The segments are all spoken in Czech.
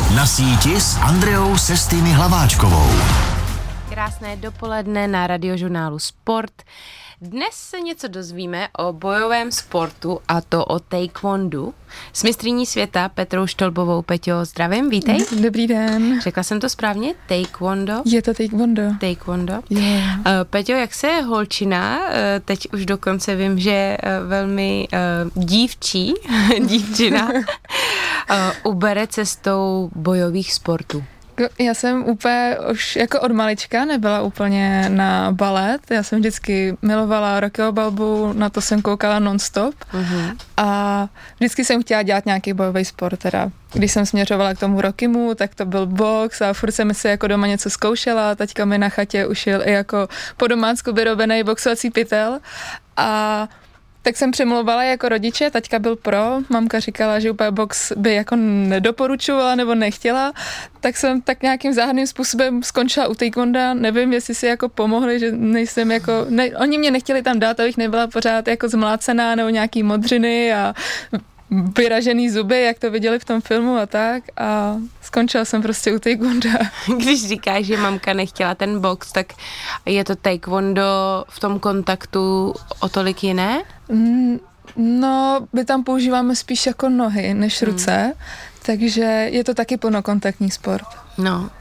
Na síti s Andreou Sestými Hlaváčkovou. Krásné dopoledne na Radiožurnálu Sport. Dnes se něco dozvíme o bojovém sportu, a to o taekwondu. S mistryní světa Petrou Štolbovou. Peťo, zdravím, vítej. Dobrý den. Řekla jsem to správně? Taekwondo? Je to taekwondo. Taekwondo. Yeah. Peťo, jak se holčina, teď už dokonce vím, že velmi dívčina, ubere cestou bojových sportů? Já jsem úplně už jako od malička nebyla úplně na balet. Já jsem vždycky milovala Rockyho Balbu, na to jsem koukala non-stop. A vždycky jsem chtěla dělat nějaký bojový sport. Teda. Když jsem směřovala k tomu Rockymu, tak to byl box a furt jsem si jako doma něco zkoušela. Taťka mi na chatě ušil i jako po domácku vyrobený boxovací pytel. A tak jsem přemlouvala jako rodiče, taťka byl pro, mamka říkala, že úplně box by jako nedoporučovala nebo nechtěla, tak jsem tak nějakým záhadným způsobem skončila u taekwonda, nevím, jestli si jako pomohli, že nejsem jako, oni mě nechtěli tam dát, abych nebyla pořád jako zmlácená nebo nějaký modřiny a vyražený zuby, jak to viděli v tom filmu a tak, a skončila jsem prostě u taekwonda. Když říkáš, že mamka nechtěla ten box, tak je to taekwondo v tom kontaktu o tolik jiné? No, my tam používáme spíš jako nohy než ruce, takže je to taky plnokontaktní sport. No,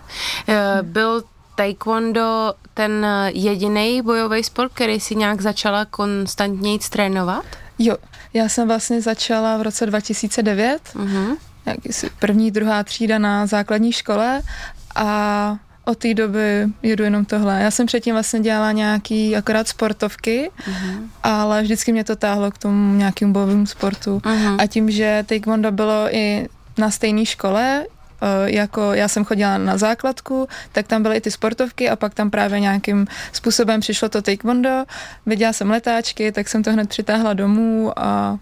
byl taekwondo ten jediný bojový sport, který si nějak začala konstantně trénovat? Jo, já jsem vlastně začala v roce 2009, první, druhá třída na základní škole a od té doby jedu jenom tohle. Já jsem předtím vlastně dělala nějaký akorát sportovky, ale vždycky mě to táhlo k tomu nějakým bojovému sportu. A tím, že taekwondo bylo i na stejné škole, jako já jsem chodila na základku, tak tam byly i ty sportovky a pak tam právě nějakým způsobem přišlo to taekwondo. Viděla jsem letáčky, tak jsem to hned přitáhla domů a...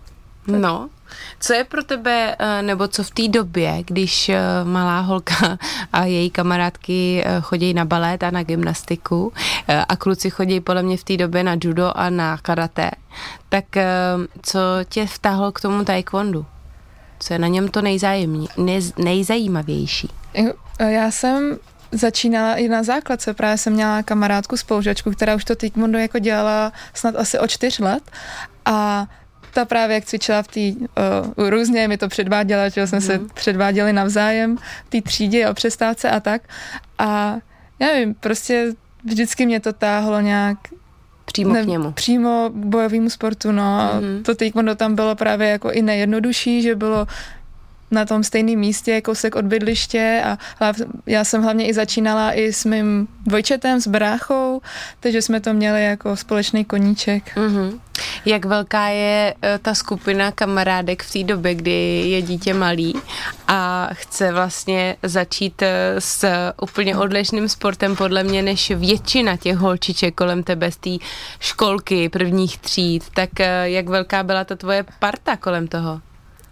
No, co je pro tebe, nebo co v té době, když malá holka a její kamarádky chodí na balet a na gymnastiku a kluci chodí podle mě v té době na judo a na karate, tak co tě vtáhlo k tomu taekwondu? Co je na něm to nejzajímavější? Já jsem začínala i na základce, právě jsem měla kamarádku spolužačku, která už to taekwondo jako dělala snad asi o 4 let a ta právě jak cvičila v té, různě mi to předváděla, že jsme se předváděli navzájem v té třídě o přestávce a tak a já nevím, prostě vždycky mě to táhlo nějak přímo k němu. Přímo k bojovému sportu, no. To taekwondo tam bylo právě jako i nejjednodušší, že bylo na tom stejném místě, kousek od bydliště a já jsem hlavně i začínala i s mým dvojčetem, s bráchou, takže jsme to měli jako společný koníček. Jak velká je ta skupina kamarádek v té době, kdy je dítě malý a chce vlastně začít s úplně odlišným sportem podle mě než většina těch holčiček kolem tebe z té školky prvních tříd, tak jak velká byla ta tvoje parta kolem toho?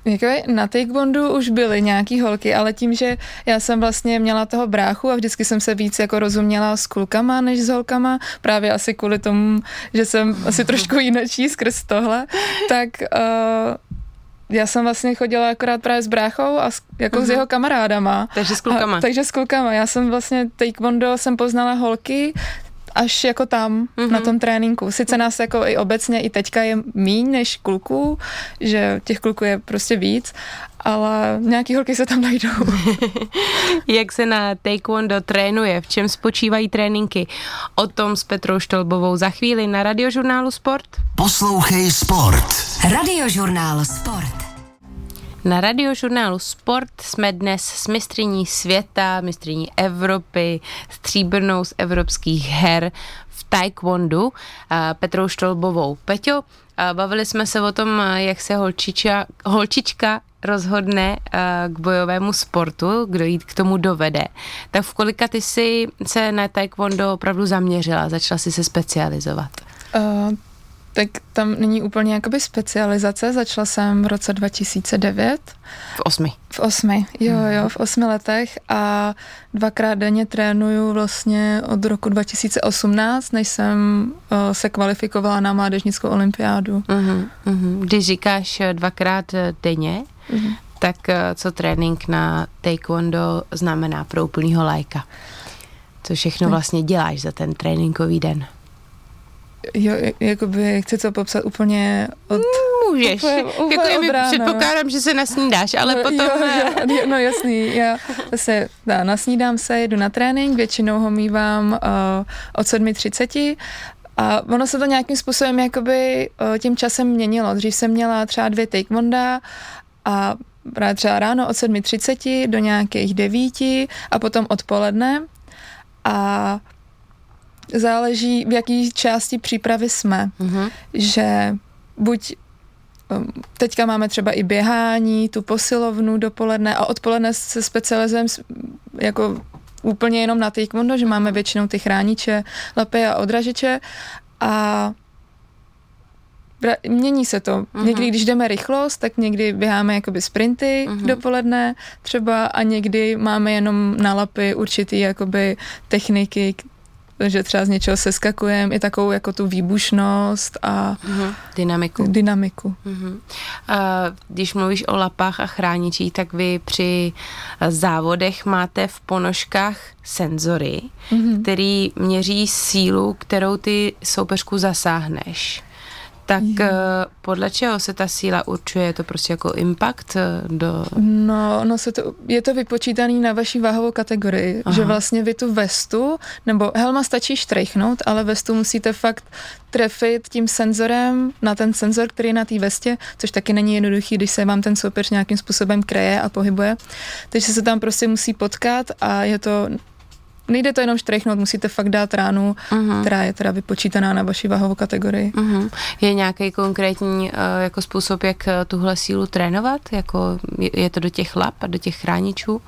Na taekwondu už byly nějaký holky, ale tím, že já jsem vlastně měla toho bráchu a vždycky jsem se víc jako rozuměla s klukama než s holkama, právě asi kvůli tomu, že jsem asi trošku jinačí skrz tohle, tak já jsem vlastně chodila akorát právě s bráchou a jako s jeho kamarádama. Takže s klukama. Takže s klukama. Já jsem vlastně taekwondo jsem poznala holky, až jako tam, na tom tréninku. Sice nás jako i obecně, i teďka je míň než kluků, že těch kluků je prostě víc, ale nějaký holky se tam najdou. Jak se na taekwondo trénuje, v čem spočívají tréninky? O tom s Petrou Štolbovou za chvíli na Radiožurnálu Sport. Poslouchej Sport. Radiožurnál Sport. Na Radiožurnálu Sport jsme dnes s mistryní světa, mistryní Evropy, stříbrnou z evropských her v taekwondu Petrou Štolbovou. Peťo, bavili jsme se o tom, jak se holčička rozhodne k bojovému sportu, kdo jí k tomu dovede. Tak v kolika ty jsi se na taekwondo opravdu zaměřila, začala si se specializovat? Tak tam není úplně jakoby specializace, začala jsem v roce 2009. V 8. V 8 letech a 2krát denně trénuju vlastně od roku 2018, než jsem se kvalifikovala na mládežnickou olympiádu. Když říkáš 2krát denně, Tak co trénink na taekwondo znamená pro úplnýho lajka? Co všechno vlastně děláš za ten tréninkový den? Jo, jakoby chci to popsat úplně od... Můžeš. Předpokládám, že se nasnídáš, ale potom... Jo, no jasný, já se nasnídám se, jedu na trénink, většinou ho mívám od 7:30 a ono se to nějakým způsobem jakoby tím časem měnilo. Dřív jsem měla třeba 2 taekwonda a třeba ráno od 7:30 do nějakých 9 a potom odpoledne a záleží, v jaký části přípravy jsme. Že buď teďka máme třeba i běhání, tu posilovnu dopoledne a odpoledne se specializujeme jako úplně jenom na taekwondo, že máme většinou ty chrániče, lapy a odražiče a mění se to. Někdy, když jdeme rychlost, tak někdy běháme jakoby sprinty dopoledne třeba a někdy máme jenom na lapy určitý jakoby techniky, že třeba z něčeho seskakujeme, i takovou jako tu výbušnost a dynamiku. Když mluvíš o lapách a chráničích, tak vy při závodech máte v ponožkách senzory, který měří sílu, kterou ty soupeřku zasáhneš. Tak podle čeho se ta síla určuje? Je to prostě jako impact? No, je to vypočítaný na vaší váhovou kategorii, že vlastně vy tu vestu, nebo helma stačí štrejchnout, ale vestu musíte fakt trefit tím senzorem na ten senzor, který je na té vestě, což taky není jednoduchý, když se vám ten soupeř nějakým způsobem kreje a pohybuje. Takže se tam prostě musí potkat a nejde to jenom štrejchnout, musíte fakt dát ránu, která je teda vypočítaná na vaši váhovou kategorii. Je nějaký konkrétní jako způsob, jak tuhle sílu trénovat? Jako je to do těch lap a do těch chráničů?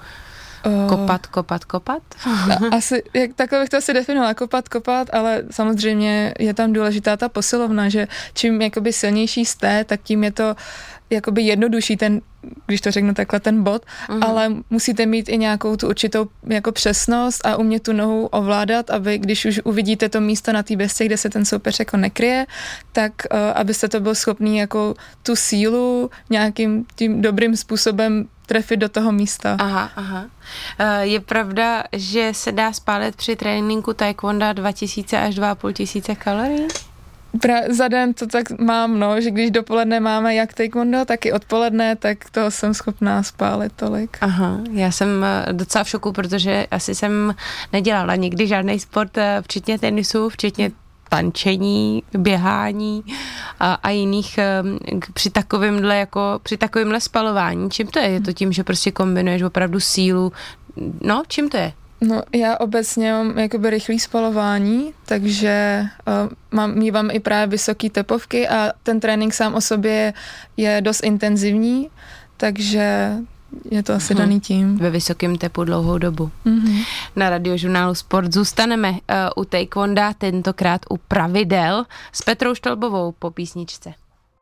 Kopat? Asi, takhle bych to asi definovala, kopat, ale samozřejmě je tam důležitá ta posilovna, že čím jakoby silnější jste, tak tím je to jakoby jednodušší ten, když to řeknu takhle, ten bod, ale musíte mít i nějakou tu určitou jako přesnost a umět tu nohu ovládat, aby když už uvidíte to místo na té vestě, kde se ten soupeř jako nekryje, tak abyste to byl schopný jako tu sílu nějakým tím dobrým způsobem trefit do toho místa. Aha. Je pravda, že se dá spálit při tréninku taekwonda 2000 až 2500 kalorií? Za den to tak mám, že když dopoledne máme jak taekwondo, tak i odpoledne, tak to jsem schopná spálit tolik. Aha, já jsem docela v šoku, protože asi jsem nedělala nikdy žádný sport, včetně tenisu, včetně tančení, běhání a jiných při takovémhle spalování. Čím to je? Je to tím, že prostě kombinuješ opravdu sílu? No, čím to je? No, já obecně mám jakoby rychlý spalování, takže mívám i právě vysoké tepovky a ten trénink sám o sobě je dost intenzivní, takže je to asi daný tím. Ve vysokém tepu dlouhou dobu. Na Radiožurnálu Sport zůstaneme u taekwonda, tentokrát u pravidel s Petrou Štolbovou po písničce.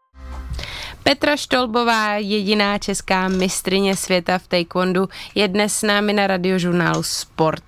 Petra Štolbová, jediná česká mistryně světa v taekwondu, je dnes s námi na Radiožurnálu Sport.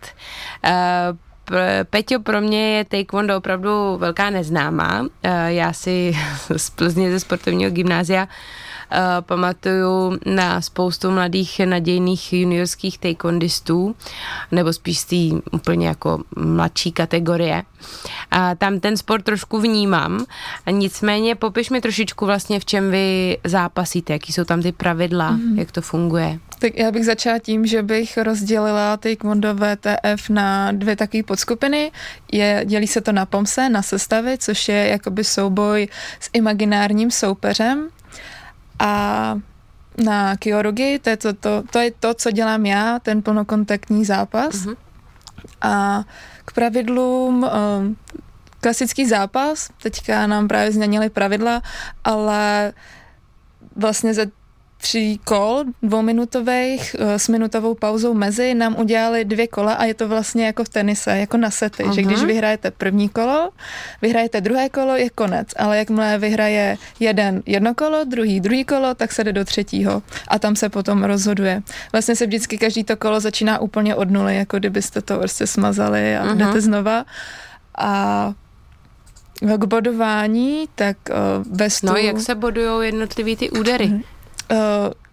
Peťo, pro mě je taekwondo opravdu velká neznámá. Já si z Plzně ze sportovního gymnázia pamatuju na spoustu mladých nadějných juniorských taekwondistů, nebo spíš z té úplně jako mladší kategorie. A tam ten sport trošku vnímám. A nicméně popiš mi trošičku vlastně, v čem vy zápasíte, jaký jsou tam ty pravidla, jak to funguje. Tak já bych začala tím, že bych rozdělila taekwondo VTF na 2 takové podskupiny. Dělí se to na pomse, na sestavy, což je jakoby souboj s imaginárním soupeřem. A na kyorugi, to je to, co dělám já, ten plnokontaktní zápas. A k pravidlům klasický zápas, teďka nám právě změnili pravidla, ale vlastně ze 3 kol, 2minutových, s minutovou pauzou mezi, nám udělali 2 kola a je to vlastně jako v tenise, jako na sety, že když vyhrajete první kolo, vyhrajete druhé kolo, je konec, ale jakmile vyhraje jedno kolo, druhý kolo, tak se jde do 3. a tam se potom rozhoduje. Vlastně se vždycky každý to kolo začíná úplně od nuly, jako kdybyste to prostě smazali a jdete znova. A k bodování, tak ve stůl... No, jak se bodujou jednotlivý ty údery?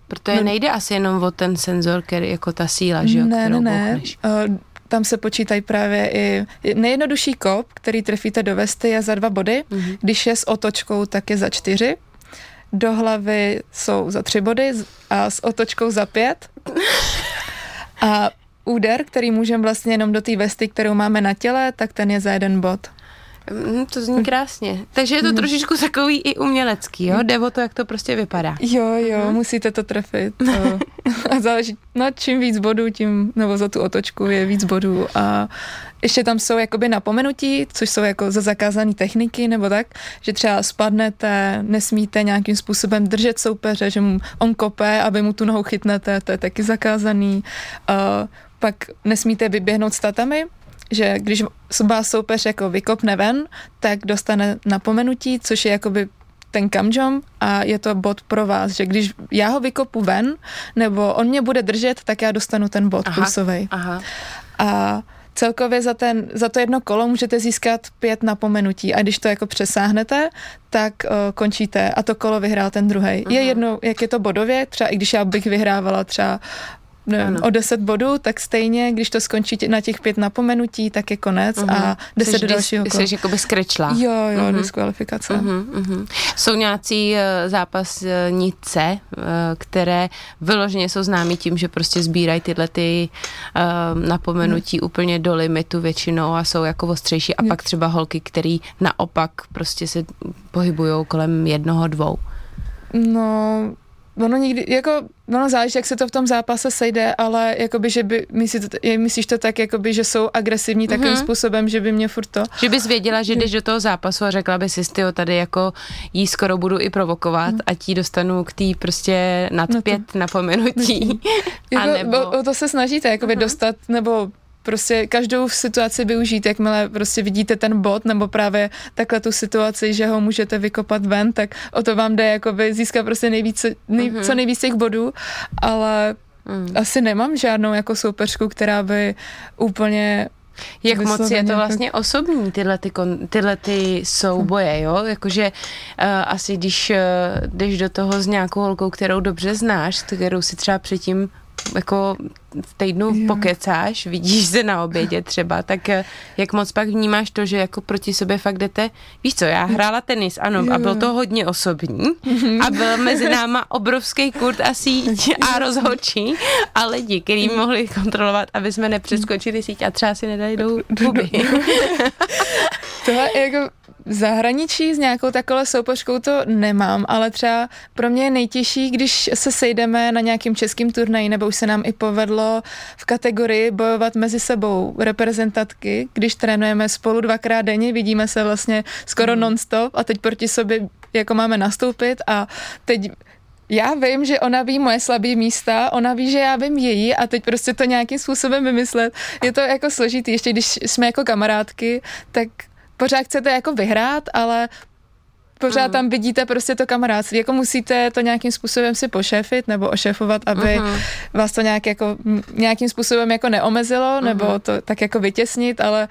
Protože nejde asi jenom o ten senzor, který jako ta síla, že jo, kterou bouchneš. Tam se počítají právě i nejjednodušší kop, který trefíte do vesty, je za 2 body. Když je s otočkou, tak je za 4. Do hlavy jsou za 3 body a s otočkou za 5. A úder, který můžeme vlastně jenom do té vesty, kterou máme na těle, tak ten je za 1 bod. To zní krásně. Takže je to trošičku takový i umělecký, jo? Jde o to, jak to prostě vypadá. Jo, musíte to trefit. A záleží, čím víc bodů, tím, nebo za tu otočku je víc bodů. A ještě tam jsou jakoby napomenutí, což jsou jako za zakázané techniky, nebo tak, že třeba spadnete, nesmíte nějakým způsobem držet soupeře, že on kope, aby mu tu nohou chytnete, to je taky zakázaný. Pak nesmíte vyběhnout s tatami, že když vás soupeř jako vykopne ven, tak dostane napomenutí, což je jakoby ten cam jump a je to bod pro vás, že když já ho vykopu ven, nebo on mě bude držet, tak já dostanu ten bod plusovej. A celkově za to jedno kolo můžete získat 5 napomenutí a když to jako přesáhnete, tak končíte a to kolo vyhrál ten druhej. Je jedno, jak je to bodově, třeba i když já bych vyhrávala třeba o 10 bodů, tak stejně, když to skončí na těch 5 napomenutí, tak je konec a 10 do dalšího kola. Jsi jakoby skrečla. Jo, diskvalifikace. Jsou nějací zápasnice, které vyloženě jsou známí tím, že prostě sbírají tyhle ty napomenutí úplně do limitu většinou a jsou jako ostřejší a pak třeba holky, který naopak prostě se pohybujou kolem 1, 2. Ono záleží, jak se to v tom zápase sejde, ale jakoby, že by, myslíš to tak, jakoby, že jsou agresivní takovým způsobem, že by mě furt to... Že bys věděla, že jdeš do toho zápasu a řekla bys si, tyjo, tady jako jí skoro budu i provokovat a ti dostanu k tý prostě nad 5 napomenutí. O to se snažíte, jakoby dostat, nebo prostě každou situaci využít, jakmile prostě vidíte ten bod, nebo právě takhle tu situaci, že ho můžete vykopat ven, tak o to vám jde jakoby získat prostě co nejvíc těch bodů, ale asi nemám žádnou jako soupeřku, která by úplně... Jak moc je to vlastně osobní, tyhle ty souboje, jo? Jakože asi když jdeš do toho s nějakou holkou, kterou dobře znáš, kterou si třeba předtím jako v týdnu pokecáš, vidíš se na obědě třeba, tak jak moc pak vnímáš to, že jako proti sobě fakt jdete, víš co, já hrála tenis, ano, a bylo to hodně osobní a byl mezi náma obrovský kurt a síť a rozhodčí a lidi, který mohli kontrolovat, aby jsme nepřeskočili síť a třeba si nedali do huby. Tohle je jako v zahraničí s nějakou takovou soupeřkou to nemám, ale třeba pro mě je nejtěžší, když se sejdeme na nějakým českým turnaji, nebo už se nám i povedlo v kategorii bojovat mezi sebou reprezentantky, když trénujeme spolu 2krát denně, vidíme se vlastně skoro non-stop a teď proti sobě jako máme nastoupit a teď já vím, že ona ví moje slabé místa, ona ví, že já vím její a teď prostě to nějakým způsobem vymyslet. Je to jako složitý, ještě když jsme jako kamarádky, tak pořád chcete jako vyhrát, ale pořád tam vidíte prostě to kamarádství. Jako musíte to nějakým způsobem si pošéfit nebo ošéfovat, aby vás to nějakým způsobem jako neomezilo nebo to tak jako vytěsnit, ale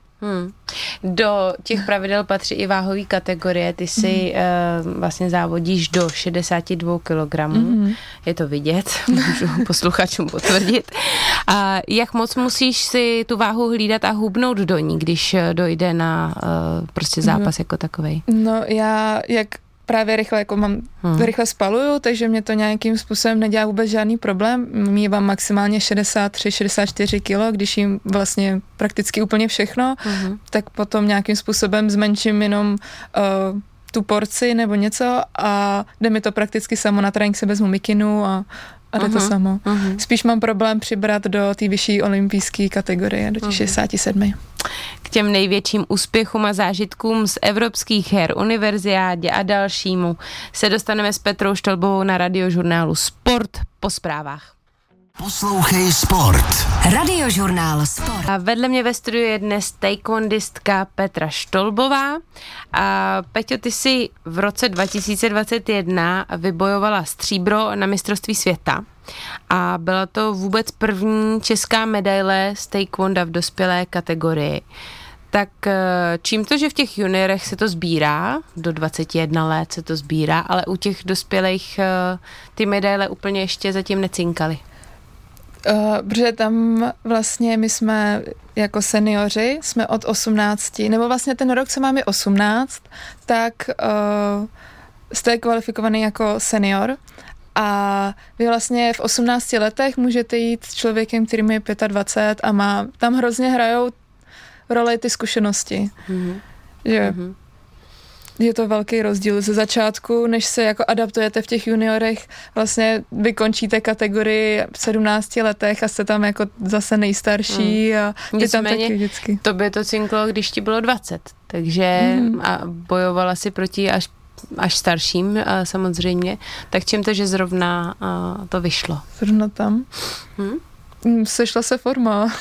Do těch pravidel patří i váhové kategorie. Ty si vlastně závodíš do 62 kg. Je to vidět, můžu posluchačům potvrdit. A jak moc musíš si tu váhu hlídat a hubnout do ní, když dojde na prostě zápas jako takovej? No já, jak právě rychle, jako rychle spaluju, takže mě to nějakým způsobem nedělá vůbec žádný problém. Mívám maximálně 63-64 kg, když jim vlastně prakticky úplně všechno, tak potom nějakým způsobem zmenším jenom tu porci nebo něco a jde mi to prakticky samo. Na trénink se vezmu mikinu a jde to samo. Spíš mám problém přibrat do té vyšší olympijské kategorie, do těch 67. K těm největším úspěchům a zážitkům z evropských her, univerziádě a dalšímu se dostaneme s Petrou Štolbovou na radiožurnálu Sport po zprávách. Poslouchej Sport. Radiožurnál Sport. A vedle mě ve studiu je dnes taekwondistka Petra Štolbová. A Peťo, ty jsi v roce 2021 vybojovala stříbro na mistrovství světa. A byla to vůbec první česká medaile z taekwonda v dospělé kategorii. Tak čím to, že v těch juniorech se to sbírá, do 21 let se to sbírá, ale u těch dospělých ty medaile úplně ještě zatím necinkaly? Protože tam vlastně my jsme jako seniori, jsme od 18, nebo vlastně ten rok, co máme 18, tak jste kvalifikovaný jako senior a vy vlastně v 18 letech můžete jít s člověkem, který je 25 a má, tam hrozně hrajou roli ty zkušenosti. Že je to velký rozdíl ze začátku, než se jako adaptujete v těch juniorech, vlastně vy končíte kategorii v 17 letech a jste tam jako zase nejstarší a je tam taky vždycky. To by to cinklo, když ti bylo 20, takže a bojovala si proti až starším samozřejmě, tak čím to, že zrovna to vyšlo? Zrovna tam? Sešla se forma.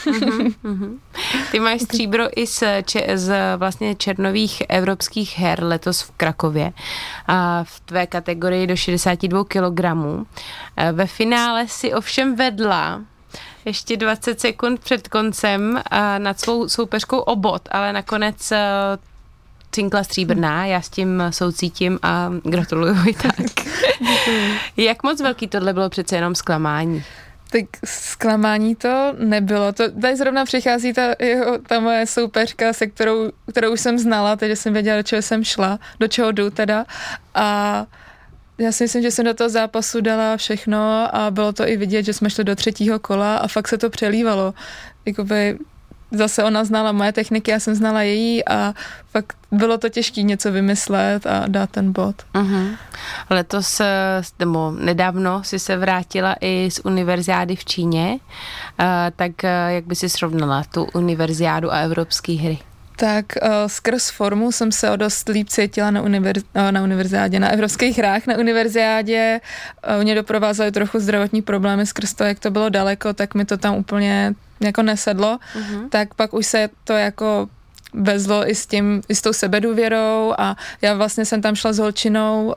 Ty máš stříbro i z vlastně červnových evropských her letos v Krakově a v tvé kategorii do 62 kg. Ve finále si ovšem vedla ještě 20 sekund před koncem nad svou soupeřkou o bod, ale nakonec cinkla stříbrná, já s tím soucítím a gratuluju i tak. Jak moc velký tohle bylo přece jenom zklamání? Tak zklamání to nebylo. Tady zrovna přichází ta moje soupeřka, kterou už jsem znala, takže jsem věděla, do čeho jsem šla, do čeho jdu teda. A já si myslím, že jsem do toho zápasu dala všechno a bylo to i vidět, že jsme šli do 3. kola a fakt se to přelívalo. Jakoby zase ona znala moje techniky, já jsem znala její a fakt bylo to těžké něco vymyslet a dát ten bod. Letos, nebo nedávno si se vrátila i z univerziády v Číně, tak jak by si srovnala tu univerziádu a evropské hry? Tak skrz formu jsem se o dost líp cítila na univerziádě, na evropských hrách. Na univerziádě mě doprovázely trochu zdravotní problémy skrz to, jak to bylo daleko, tak mi to tam úplně jako nesedlo. Tak pak už se to jako vezlo i s tou sebedůvěrou a já vlastně jsem tam šla s holčinou,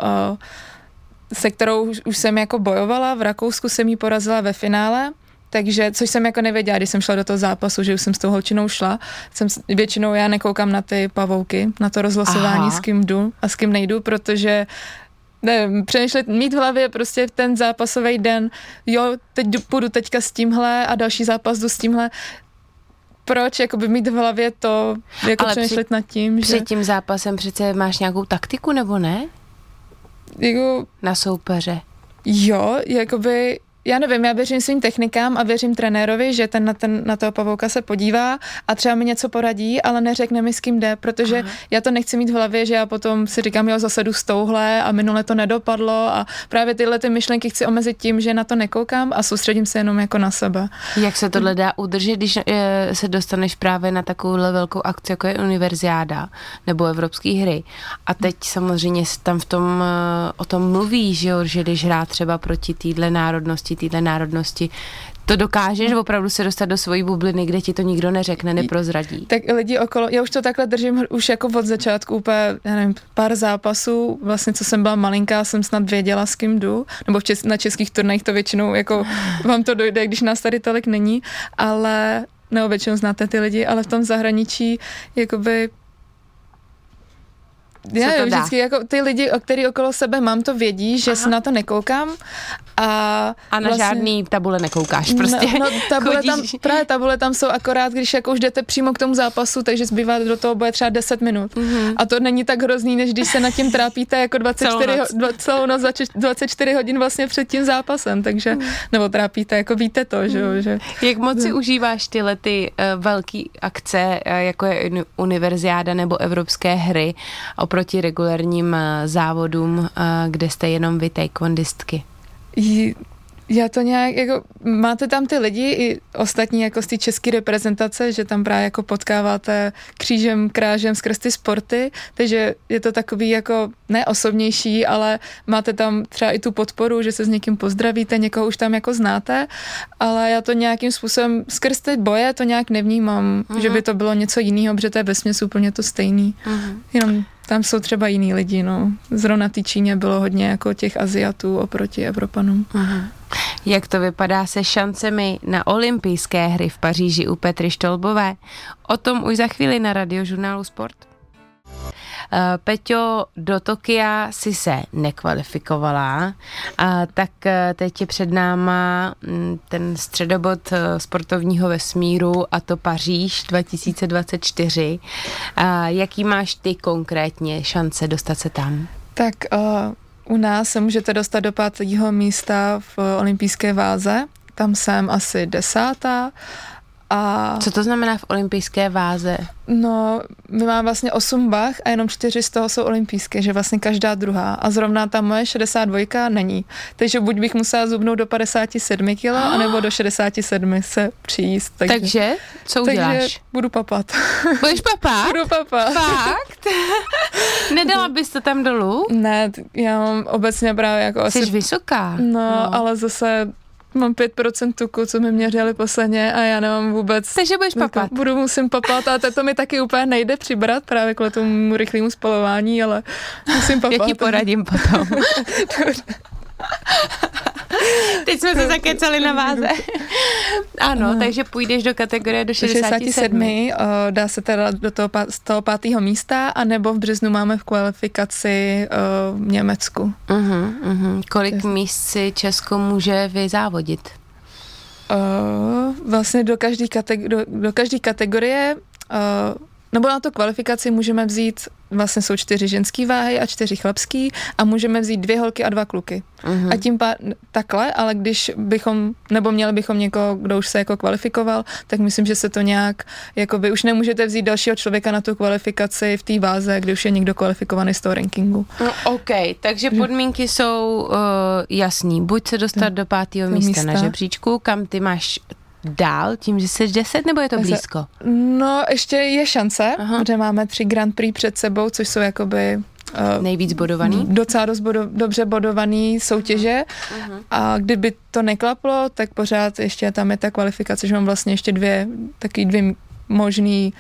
se kterou už jsem jako bojovala. V Rakousku jsem jí porazila ve finále. Takže, což jsem jako nevěděla, když jsem šla do toho zápasu, že už jsem s tou holčinou šla. Většinou já nekoukám na ty pavouky, na to rozlosování, s kým jdu a s kým nejdu, protože přemýšlet, mít v hlavě prostě ten zápasový den, jo, půjdu teďka s tímhle a další zápas jdu s tímhle. Proč jakoby mít v hlavě to, jako přemýšlet nad tím, že... Před tím zápasem přece máš nějakou taktiku, nebo ne? Jako... Na soupeře. Jo, jakoby... Já nevím, já věřím svým technikám a věřím trenérovi, že na toho pavouka se podívá a třeba mi něco poradí, ale neřekne mi, s kým jde, protože já to nechci mít v hlavě, že já potom si říkám, jo, zase jdu s touhle a minule to nedopadlo a právě tyhle ty myšlenky chci omezit tím, že na to nekoukám a soustředím se jenom jako na sebe. Jak se tohle dá udržet, když se dostaneš právě na takovouhle velkou akci, jako je univerziáda nebo evropské hry a teď samozřejmě tam o tom mluví, že když hrá třeba proti téhle národnosti, to dokážeš opravdu se dostat do svojí bubliny, kde ti to nikdo neřekne, neprozradí. Tak lidi okolo, já už to takhle držím už jako od začátku úplně, já nevím, pár zápasů, vlastně co jsem byla malinká, jsem snad věděla, s kým jdu, nebo na českých turnajích to většinou jako vám to dojde, když nás tady tolik není, ale, nebo většinou znáte ty lidi, ale v tom zahraničí, jakoby já vždycky jako ty lidi, který okolo sebe mám, to vědí, že se na to nekoukám a na vlastně, žádný tabule nekoukáš prostě. No právě tabule tam jsou akorát, když jako už jdete přímo k tomu zápasu, takže zbývá do toho boje třeba 10 minut. A to není tak hrozný, než když se nad tím trápíte jako 24 noc 24 hodin vlastně před tím zápasem, takže, nebo trápíte, jako víte to, že. Jak moc si užíváš tyhle ty velký akce, jako je univerziáda nebo evropské hry, oproti regulérním závodům, kde jste jenom vy taekwondistky? Já to nějak, jako, máte tam ty lidi i ostatní jako z té české reprezentace, že tam právě jako potkáváte křížem, krážem skrz ty sporty, takže je to takový jako ne osobnější, ale máte tam třeba i tu podporu, že se s někým pozdravíte, někoho už tam jako znáte, ale já to nějakým způsobem skrz ty boje to nějak nevnímám, že by to bylo něco jiného, protože to je vesměs úplně to stejný. Jenom tam jsou třeba jiní lidi, no. Zrovna v té Číně bylo hodně jako těch Aziatů oproti Evropanům. Uh-huh. Jak to vypadá se šancemi na olympijské hry v Paříži u Petry Štolbové? O tom už za chvíli na Radiožurnálu Sport. Peťo, do Tokia si se nekvalifikovala, tak teď je před náma ten středobod sportovního vesmíru, a to Paříž 2024. Jaký máš ty konkrétně šance dostat se tam? Tak u nás se můžete dostat do 5. místa v olympijské váze, tam jsem asi 10. A co to znamená v olympijské váze? No, my máme vlastně 8 bach a jenom 4 z toho jsou olympijské, že vlastně každá druhá. A zrovna ta moje 62 není. Takže buď bych musela zubnout do 57 kg, anebo do 67 se přijíst. Takže co uděláš? Takže budu papat. Budeš papat? Budu papat. Fakt? Nedala bys to tam dolů? Ne, já mám obecně právě jako Jsi vysoká. No, ale zase mám 5% tuku, co mi měřili posledně, a já nemám vůbec. Takže budeš papat. Musím papat, a to mi taky úplně nejde přibrat právě kvůli tomu rychlému spalování, ale musím papat. Já ti poradím potom. Teď jsme se zakecali na váze. Ano, takže půjdeš do kategorie do 67. Dá se teda do z toho 5. místa, anebo v březnu máme v kvalifikaci v Německu. Kolik míst si Česko může vyzávodit? Vlastně do každé kategorie, nebo na to kvalifikaci můžeme vzít, vlastně jsou 4 ženský váhy a 4 chlapský, a můžeme vzít 2 holky a 2 kluky. A tím takhle, ale když bychom, nebo měli bychom někoho, kdo už se jako kvalifikoval, tak myslím, že se to nějak, jakoby už nemůžete vzít dalšího člověka na tu kvalifikaci v té váze, kdy už je někdo kvalifikovaný z toho rankingu. No, OK, takže podmínky jsou jasný. Buď se dostat do 5. místa na žebříčku, kam ty máš dál, tím, že jsi 10, nebo je to blízko? No, ještě je šance, že máme 3 Grand Prix před sebou, což jsou jakoby nejvíc bodovaný? Docela dost dobře bodovaný soutěže. A kdyby to neklaplo, tak pořád ještě tam je ta kvalifikace, že mám vlastně ještě 2 možný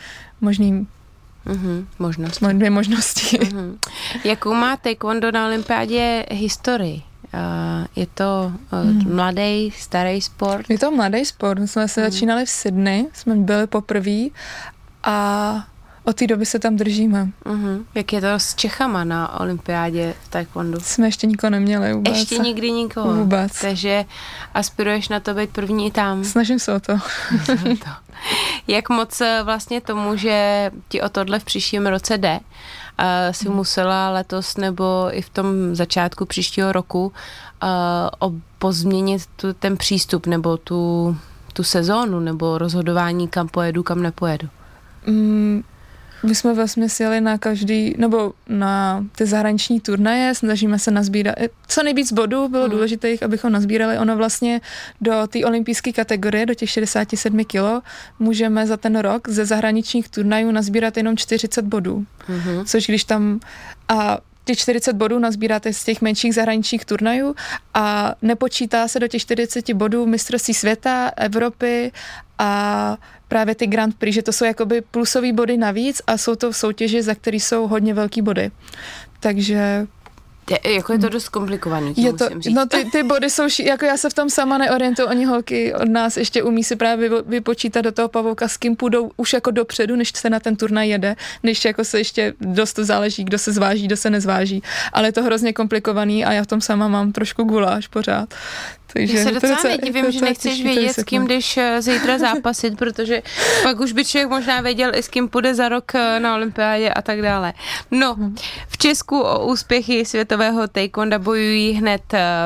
dvě možnosti. Jakou má taekwondo na olympiádě historii? Je to mladý, starý sport? Je to mladý sport. My jsme se začínali v Sydney, jsme byli poprvé a od té doby se tam držíme. Jak je to s Čechama na olympiádě v taekwondu? Jsme ještě nikoho neměli vůbec. Ještě nikdy nikoho? Vůbec. Takže aspiruješ na to být první i tam? Snažím se o to. Jak moc vlastně to může ti o tohle v příštím roce jde? Si musela letos nebo i v tom začátku příštího roku pozměnit ten přístup nebo tu sezónu nebo rozhodování, kam pojedu, kam nepojedu? My jsme vlastně jeli na každý, nebo na ty zahraniční turnaje, snažíme se nazbírat, co nejvíc bodů bylo důležitých, abychom nazbírali. Ono vlastně do té olympijské kategorie, do těch 67 kilo, můžeme za ten rok ze zahraničních turnajů nazbírat jenom 40 bodů. Což když tam těch 40 bodů nazbíráte z těch menších zahraničních turnajů a nepočítá se do těch 40 bodů mistrovství světa, Evropy a právě ty Grand Prix, že to jsou jakoby plusový body navíc a jsou to soutěže, za které jsou hodně velký body. Takže jako je to dost komplikovaný, musím říct. No ty body jsou, jako já se v tom sama neorientuju, oni holky od nás ještě umí si právě vypočítat do toho pavouka, s kým půjdou už jako dopředu, než se na ten turnaj jede, než jako se ještě dost záleží, kdo se zváží, kdo se nezváží, ale je to hrozně komplikovaný a já v tom sama mám trošku guláš pořád. Takže já se docela nedivím, že nechceš vědět, s kým jdeš zítra zápasit, protože pak už by člověk možná věděl i s kým půjde za rok na olympiádě a tak dále. No, v Česku o úspěchy světového taekwonda bojují hned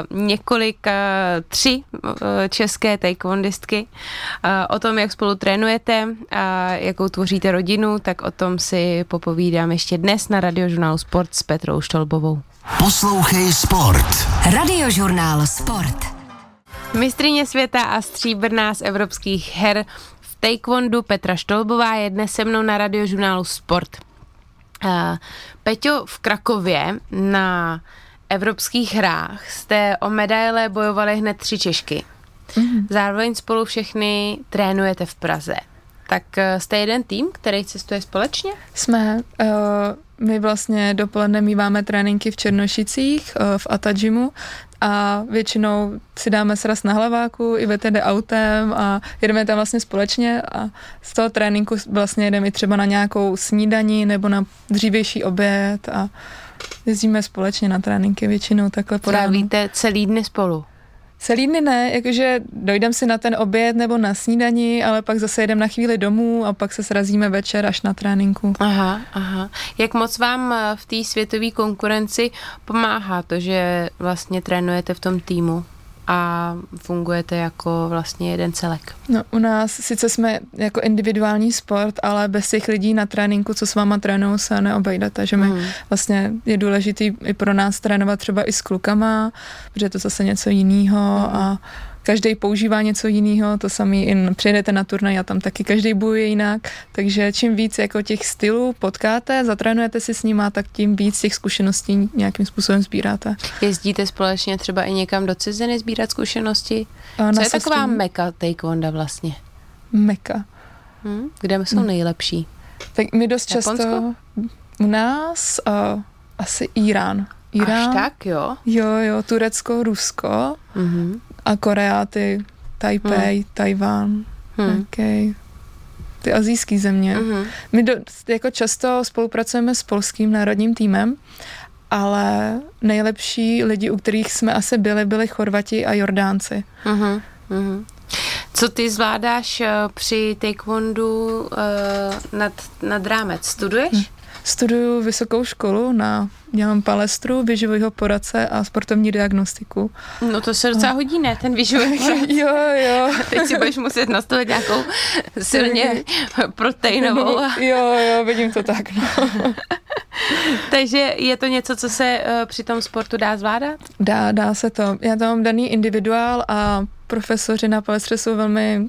tři české taekwondistky. O tom, jak spolu trénujete a jakou tvoříte rodinu, tak o tom si popovídám ještě dnes na Radiožurnálu Sport s Petrou Štolbovou. Poslouchej Sport. Radiožurnál Sport. Mistryně světa a stříbrná z evropských her v taekwondu Petra Štolbová je dnes se mnou na Radiožurnálu Sport. Peťo, v Krakově na evropských hrách jste o medaile bojovali hned 3 Češky. Zároveň spolu všechny trénujete v Praze. Tak jste jeden tým, který cestuje společně? Jsme. My vlastně dopoledne míváme tréninky v Černošicích, v Ata Gymu a většinou si dáme sraz na Hlaváku, Iveta jde autem a jedeme tam vlastně společně a z toho tréninku vlastně jedeme třeba na nějakou snídani nebo na dřívější oběd a jezdíme společně na tréninky většinou takhle po ránu. Trávíte celý dny spolu? Celý dny ne, jakože dojdem si na ten oběd nebo na snídani, ale pak zase jedem na chvíli domů a pak se srazíme večer až na tréninku. Aha. Jak moc vám v té světové konkurenci pomáhá to, že vlastně trénujete v tom týmu a fungujete jako vlastně jeden celek? No, u nás sice jsme jako individuální sport, ale bez těch lidí na tréninku, co s váma trénují, se neobejde, takže vlastně je důležitý i pro nás trénovat třeba i s klukama, protože to zase něco jiného a každý používá něco jiného, to samý přijedete na turnaj a tam taky každý bojuje jinak, takže čím víc jako těch stylů potkáte, zatrénujete si s nima, tak tím víc těch zkušeností nějakým způsobem sbíráte. Jezdíte společně třeba i někam do ciziny sbírat zkušenosti? Co je taková meka taekwonda vlastně? Meka. Kde jsou nejlepší? Tak my dost Japonsko? často u nás asi Irán. Až tak, jo? Jo, Turecko, Rusko a Korea, ty Taipei, Tajván, ty asijské země. My jako často spolupracujeme s polským národním týmem, ale nejlepší lidi, u kterých jsme asi byli Chorvati a Jordánci. Co ty zvládáš při taekwondu nad rámec? Studuješ? Studuju vysokou školu, dělám palestru, výživového poradce a sportovní diagnostiku. No to se docela hodí, ne? Ten výživový poradce. Jo. Teď si budeš muset nastavit nějakou silně proteinovou. Jo, vidím to tak, no. Takže je to něco, co se při tom sportu dá zvládat? Dá se to. Já tam mám daný individuál a profesoři na palestře jsou velmi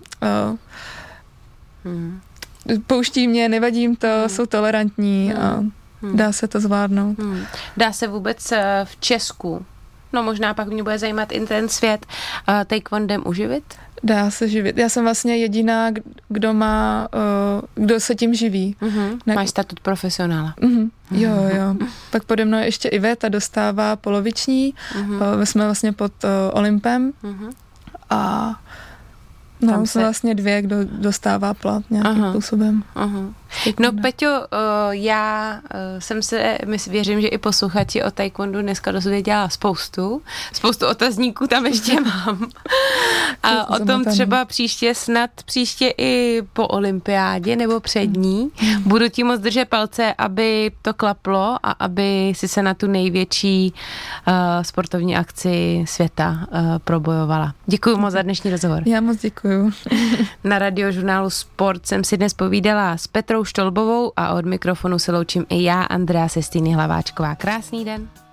pouští mě, nevadím to, jsou tolerantní a dá se to zvládnout. Dá se vůbec v Česku, no možná pak mě bude zajímat i ten svět, taekwondem uživit? Dá se živit. Já jsem vlastně jediná, kdo se tím živí. Máš statut profesionála. Jo. Pak pode mnou ještě Iveta dostává poloviční. Jsme vlastně pod Olympem a jsme vlastně dvě, kdo dostává plat nějakým způsobem. No Peťo, já věřím, že i posluchači o taekwondu dneska dozvěděla spoustu otazníků tam ještě mám. A o tom třeba příště i po olympiádě nebo před ní. Budu ti moc držet palce, aby to klaplo a aby si se na tu největší sportovní akci světa probojovala. Děkuji moc za dnešní rozhovor. Já moc děkuji. Na Radiožurnálu Sport jsem si dnes povídala s Petrou Štolbovou a od mikrofonu se loučím i já, Andrea Sestýny Hlaváčková. Krásný den.